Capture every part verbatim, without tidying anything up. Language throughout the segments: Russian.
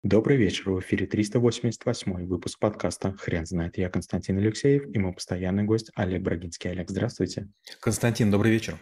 Добрый вечер, в эфире триста восемьдесят восьмой выпуск подкаста «Хрен знает». Я Константин Алексеев и мой постоянный гость Олег Брагинский. Олег, здравствуйте. Константин, добрый вечер.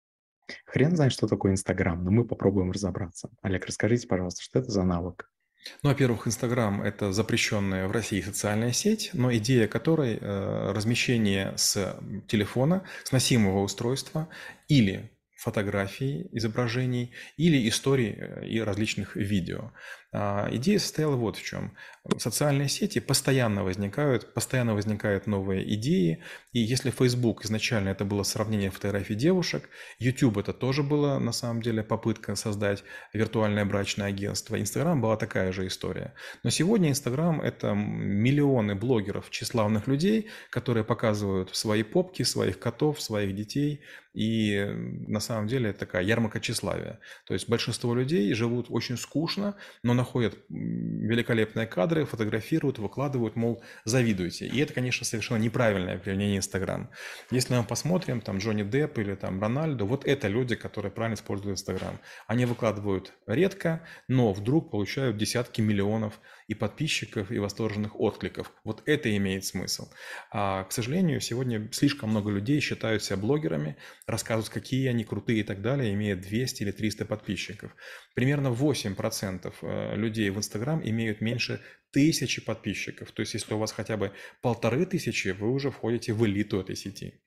Хрен знает, что такое Инстаграм, но мы попробуем разобраться. Олег, расскажите, пожалуйста, что это за навык? Ну, во-первых, Инстаграм– это запрещенная в России социальная сеть, но идея которой э, размещение с телефона, с носимого устройства или фотографий, изображений, или историй э, и различных видео. А, идея состояла вот в чем. Социальные сети постоянно возникают, постоянно возникают новые идеи, и если Facebook изначально это было сравнение фотографий девушек, YouTube это тоже было на самом деле попытка создать виртуальное брачное агентство, Инстаграм была такая же история. Но сегодня Инстаграм– это миллионы блогеров, тщеславных людей, которые показывают свои попки, своих котов, своих детей, и на самом деле это такая ярмарка тщеславия. То есть большинство людей живут очень скучно, но находят великолепные кадры, фотографируют, выкладывают, мол, завидуйте. И это, конечно, совершенно неправильное применение Инстаграм. Если мы посмотрим, там, Джонни Депп или там Рональдо, вот это люди, которые правильно используют Инстаграм. Они выкладывают редко, но вдруг получают десятки миллионов и подписчиков, и восторженных откликов. Вот это имеет смысл. А, к сожалению, сегодня слишком много людей считают себя блогерами, рассказывают, какие они крутые и так далее, имея двести или триста подписчиков. Примерно восемь процентов людей в Инстаграм имеют меньше тысячи подписчиков. То есть, если у вас хотя бы полторы тысячи, вы уже входите в элиту этой сети.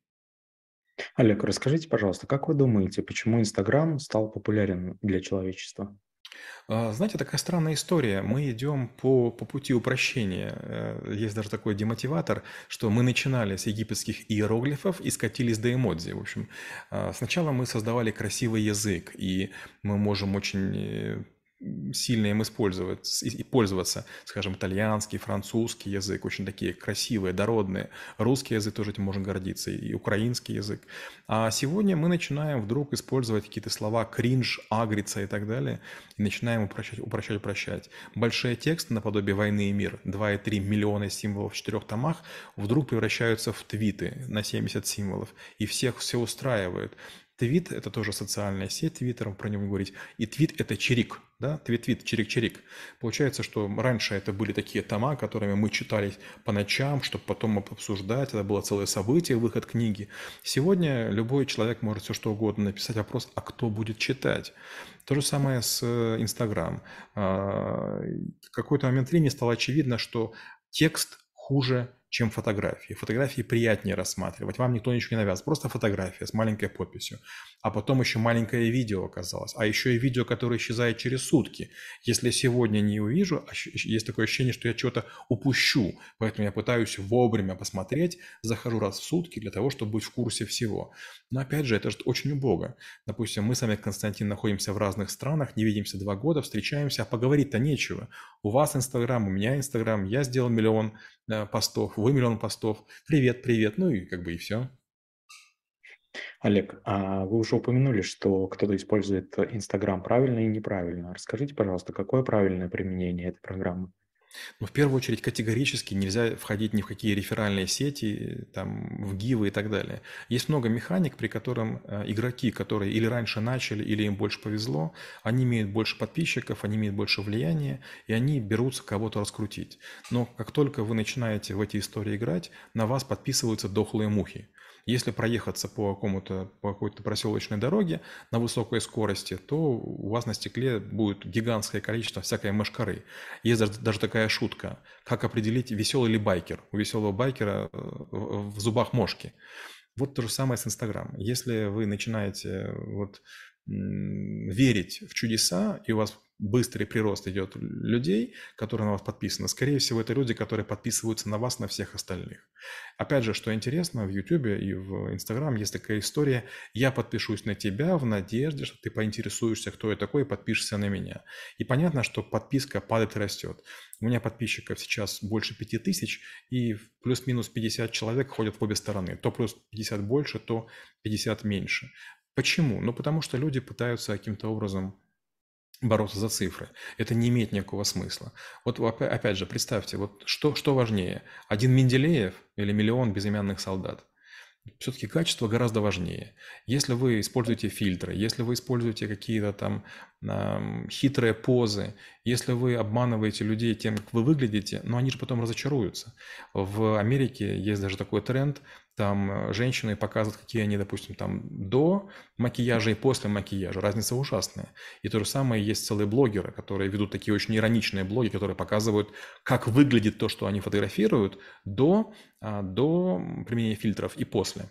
Олег, расскажите, пожалуйста, как вы думаете, почему Инстаграм стал популярен для человечества? А, Знаете, такая странная история. Мы идем по, по пути упрощения. Э, Есть даже такой демотиватор, что мы начинали с египетских иероглифов и скатились до эмодзи. В общем, а, сначала мы создавали красивый язык, и мы можем очень э, сильно им использовать с- и пользоваться, скажем, итальянский, французский язык, очень такие красивые, дородные. Русский язык тоже этим можно гордиться, и украинский язык. А сегодня мы начинаем вдруг использовать какие-то слова кринж, агрица и так далее, и начинаем упрощать, упрощать, упрощать. Большие тексты наподобие «Войны и мир», два и три миллиона символов в четырех томах, вдруг превращаются в твиты на семьдесят символов, и всех все устраивает. Твит– это тоже социальная сеть, твиттером про него говорить, и твит– это чирик, да, твит-твит, чирик-чирик. Получается, что раньше это были такие тома, которыми мы читали по ночам, чтобы потом обсуждать, это было целое событие, выход книги. Сегодня любой человек может все что угодно написать, вопрос, а кто будет читать? То же самое с э, Инстаграм. А, В какой-то момент времени стало очевидно, что текст хуже, чем фотографии. Фотографии приятнее рассматривать. Вам никто ничего не навязывает. Просто фотография с маленькой подписью. А потом еще маленькое видео оказалось. А еще и видео, которое исчезает через сутки. Если сегодня не увижу, есть такое ощущение, что я что-то упущу. Поэтому я пытаюсь вовремя посмотреть. Захожу раз в сутки для того, чтобы быть в курсе всего. Но опять же, это же очень убого. Допустим, мы с вами, Константин, находимся в разных странах, не видимся два года, встречаемся, а поговорить-то нечего. У вас Инстаграм, у меня Инстаграм, я сделал миллион э, постов, вы миллион постов. Привет, привет, ну и как бы и все. Олег, а вы уже упомянули, что кто-то использует Инстаграм правильно и неправильно. Расскажите, пожалуйста, какое правильное применение этой программы? Но в первую очередь категорически нельзя входить ни в какие реферальные сети, там, в гивы и так далее. Есть много механик, при котором э, игроки, которые или раньше начали, или им больше повезло, они имеют больше подписчиков, они имеют больше влияния, и они берутся кого-то раскрутить. Но как только вы начинаете в эти истории играть, на вас подписываются дохлые мухи. Если проехаться по какому-то, по какой-то проселочной дороге на высокой скорости, то у вас на стекле будет гигантское количество всякой мошкары. Есть даже, даже такая шутка. Как определить, веселый ли байкер? У веселого байкера э, в в зубах мошки. Вот то же самое с Инстаграм. Если вы начинаете вот, м, верить в чудеса, и у вас быстрый прирост идет людей, которые на вас подписаны, скорее всего, это люди, которые подписываются на вас, на всех остальных. Опять же, что интересно, в YouTube и в Instagram есть такая история: я подпишусь на тебя в надежде, что ты поинтересуешься, кто я такой, и подпишешься на меня. И понятно, что подписка падает и растет. У меня подписчиков сейчас больше пяти тысяч, и плюс-минус пятьдесят человек ходят в обе стороны. То плюс пятьдесят больше, то пятьдесят меньше. Почему? Ну, потому что люди пытаются каким-то образом бороться за цифры. Это не имеет никакого смысла. Вот опя- опять же, представьте, вот что, что важнее, один Менделеев или миллион безымянных солдат? Все-таки качество гораздо важнее. Если вы используете фильтры, если вы используете какие-то там ам, хитрые позы, если вы обманываете людей тем, как вы выглядите, но они же потом разочаруются. В Америке есть даже такой тренд, там э, женщины показывают, какие они, допустим, там до макияжа и после макияжа. Разница ужасная. И то же самое есть целые блогеры, которые ведут такие очень ироничные блоги, которые показывают, как выглядит то, что они фотографируют до, а, до применения фильтров и после.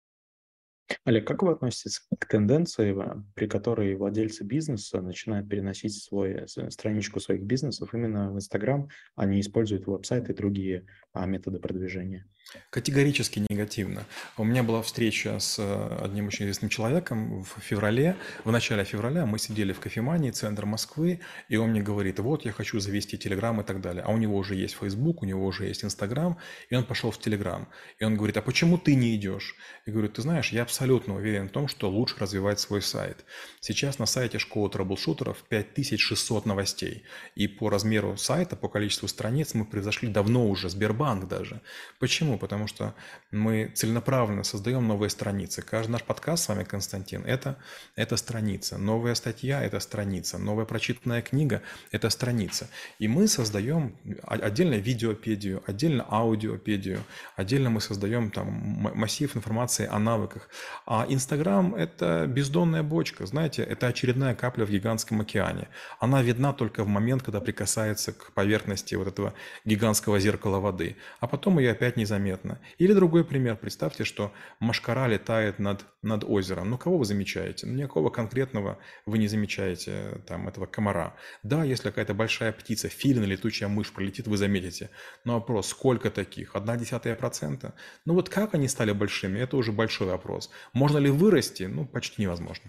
Олег, как вы относитесь к тенденции, э, при которой владельцы бизнеса начинают переносить свой, с- страничку своих бизнесов именно в Инстаграм, а не используют веб-сайт и другие а, методы продвижения? Категорически негативно. У меня была встреча с э, одним очень известным человеком в феврале. В начале февраля мы сидели в кофемании, центр Москвы, и он мне говорит, вот я хочу завести Телеграм и так далее. А у него уже есть Facebook, у него уже есть Инстаграм, и он пошел в Телеграм. И он говорит, а почему ты не идешь? Я говорю, ты знаешь, я абсолютно уверен в том, что лучше развивать свой сайт. Сейчас на сайте школы трэблшутеров пять тысяч шестьсот новостей. И по размеру сайта, по количеству страниц мы превзошли давно уже Сбербанк даже. Почему? Потому что мы целенаправленно создаем новые страницы. Каждый наш подкаст с вами, Константин, это, это страница. Новая статья – это страница. Новая прочитанная книга – это страница. И мы создаем отдельно видеопедию, отдельно аудиопедию, отдельно мы создаем там массив информации о навыках. А Инстаграм – это бездонная бочка, знаете, это очередная капля в гигантском океане. Она видна только в момент, когда прикасается к поверхности вот этого гигантского зеркала воды, а потом ее опять незаметно. Или другой пример. Представьте, что мошкара летает над, над озером. Ну, кого вы замечаете? Ну, никакого конкретного вы не замечаете там этого комара. Да, если какая-то большая птица, филин или летучая мышь пролетит, вы заметите. Но вопрос, сколько таких? Одна десятая процента? Ну, вот как они стали большими, это уже большой вопрос. Можно ли вырасти? Ну, почти невозможно.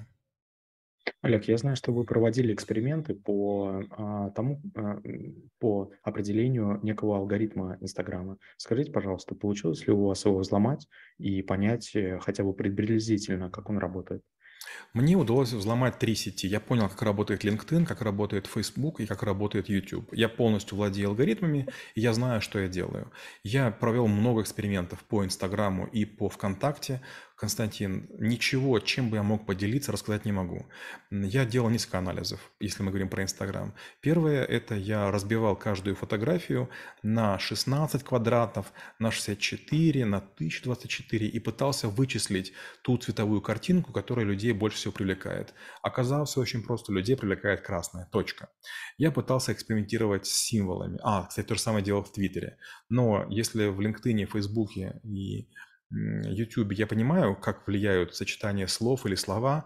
Олег, я знаю, что вы проводили эксперименты по а, тому, а, м, по определению некого алгоритма Инстаграма. Скажите, пожалуйста, получилось ли у вас его взломать и понять э, хотя бы приблизительно, как он работает? Мне удалось взломать три сети. Я понял, как работает LinkedIn, как работает Facebook и как работает YouTube. Я полностью владею алгоритмами, и я знаю, что я делаю. Я провел много экспериментов по Инстаграму и по ВКонтакте. Константин, ничего, чем бы я мог поделиться, рассказать не могу. Я делал несколько анализов, если мы говорим про Инстаграм. Первое – это я разбивал каждую фотографию на шестнадцать квадратов, на шестьдесят четыре, на тысяча двадцать четыре и пытался вычислить ту цветовую картинку, которая людей больше всего привлекает. Оказалось, очень просто, людей привлекает красная, точка. Я пытался экспериментировать с символами. А, кстати, то же самое делал в Твиттере. Но если в LinkedIn, Фейсбуке и YouTube я понимаю, как влияют сочетания слов или слова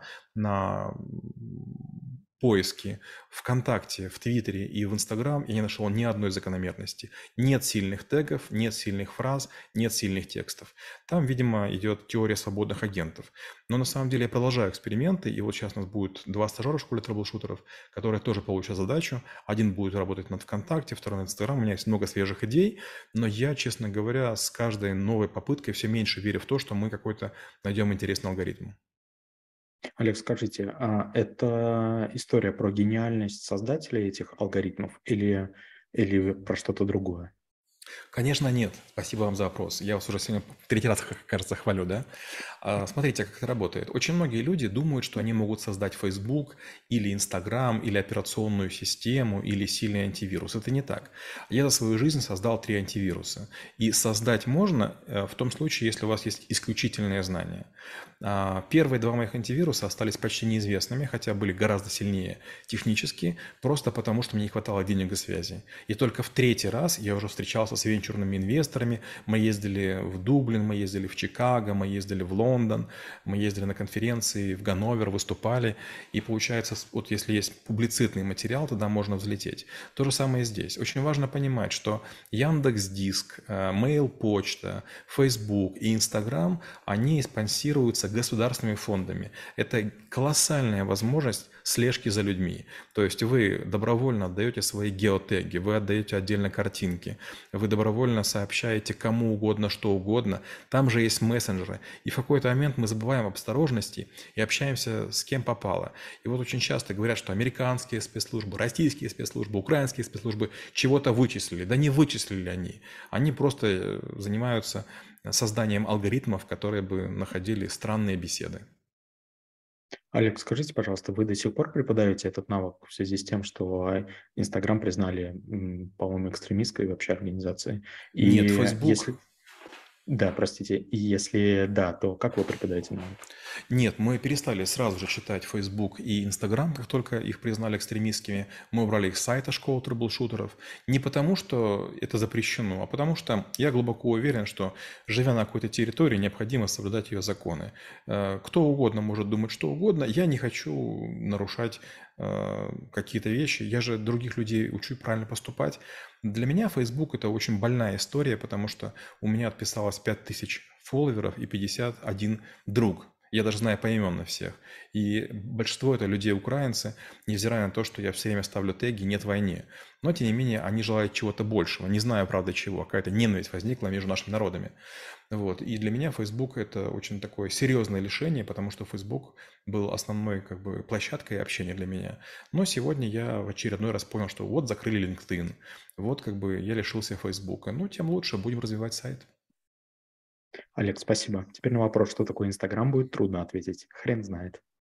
на поиски ВКонтакте, в Твиттере и в Инстаграм, я не нашел ни одной закономерности. Нет сильных тегов, нет сильных фраз, нет сильных текстов. Там, видимо, идет теория свободных агентов. Но на самом деле я продолжаю эксперименты, и вот сейчас у нас будет два стажера в школе трэблшутеров, которые тоже получат задачу. Один будет работать над ВКонтакте, второй над Инстаграм. У меня есть много свежих идей, но я, честно говоря, с каждой новой попыткой все меньше верю в то, что мы какой-то найдем интересный алгоритм. Олег, скажите, а это история про гениальность создателей этих алгоритмов или, или про что-то другое? Конечно, нет. Спасибо вам за вопрос. Я вас уже сегодня в третий раз, как кажется, хвалю, да? А, Смотрите, как это работает. Очень многие люди думают, что они могут создать Facebook или Instagram, или операционную систему, или сильный антивирус. Это не так. Я за свою жизнь создал три антивируса. И создать можно э, в том случае, если у вас есть исключительные знания. А, Первые два моих антивируса остались почти неизвестными, хотя были гораздо сильнее технически, просто потому что мне не хватало денег и связи. И только в третий раз я уже встречался с венчурными инвесторами. Мы ездили в Дублин, мы ездили в Чикаго, мы ездили в Лондон, мы ездили на конференции в Ганновер, выступали. И получается, вот если есть публицитный материал, тогда можно взлететь. То же самое и здесь. Очень важно понимать, что Яндекс.Диск, Mail-почта, Facebook и Instagram, они спонсируются государственными фондами. Это колоссальная возможность слежки за людьми. То есть вы добровольно отдаете свои геотеги, вы отдаете отдельно картинки, вы добровольно сообщаете кому угодно, что угодно. Там же есть мессенджеры. И в какой-то момент мы забываем об осторожности и общаемся с кем попало. И вот очень часто говорят, что американские спецслужбы, российские спецслужбы, украинские спецслужбы чего-то вычислили. Да не вычислили они. Они просто занимаются созданием алгоритмов, которые бы находили странные беседы. Олег, скажите, пожалуйста, вы до сих пор преподаете этот навык в связи с тем, что Инстаграм признали, м, по-моему, экстремистской вообще организацией? Нет, И Facebook. если да, простите, и если да, то как вы преподаете навык? Нет, мы перестали сразу же читать Facebook и Instagram, как только их признали экстремистскими. Мы убрали их с сайта школы трэблшутеров. Не потому, что это запрещено, а потому что я глубоко уверен, что, живя на какой-то территории, необходимо соблюдать ее законы. Э, Кто угодно может думать что угодно. Я не хочу нарушать э, какие-то вещи. Я же других людей учу правильно поступать. Для меня Facebook – это очень больная история, потому что у меня отписалось пять тысяч фолловеров и пятьдесят один друг. Я даже знаю поименно всех. И большинство это люди-украинцы, невзирая на то, что я все время ставлю теги «нет войне». Но, тем не менее, они желают чего-то большего. Не знаю, правда, чего. Какая-то ненависть возникла между нашими народами. Вот. И для меня Facebook – это очень такое серьезное лишение, потому что Facebook был основной как бы площадкой общения для меня. Но сегодня я в очередной раз понял, что вот закрыли LinkedIn, вот как бы я лишился Facebook. Ну, тем лучше, будем развивать сайт. Олег, спасибо. Теперь на вопрос, что такое Инстаграм, будет трудно ответить. Хрен знает.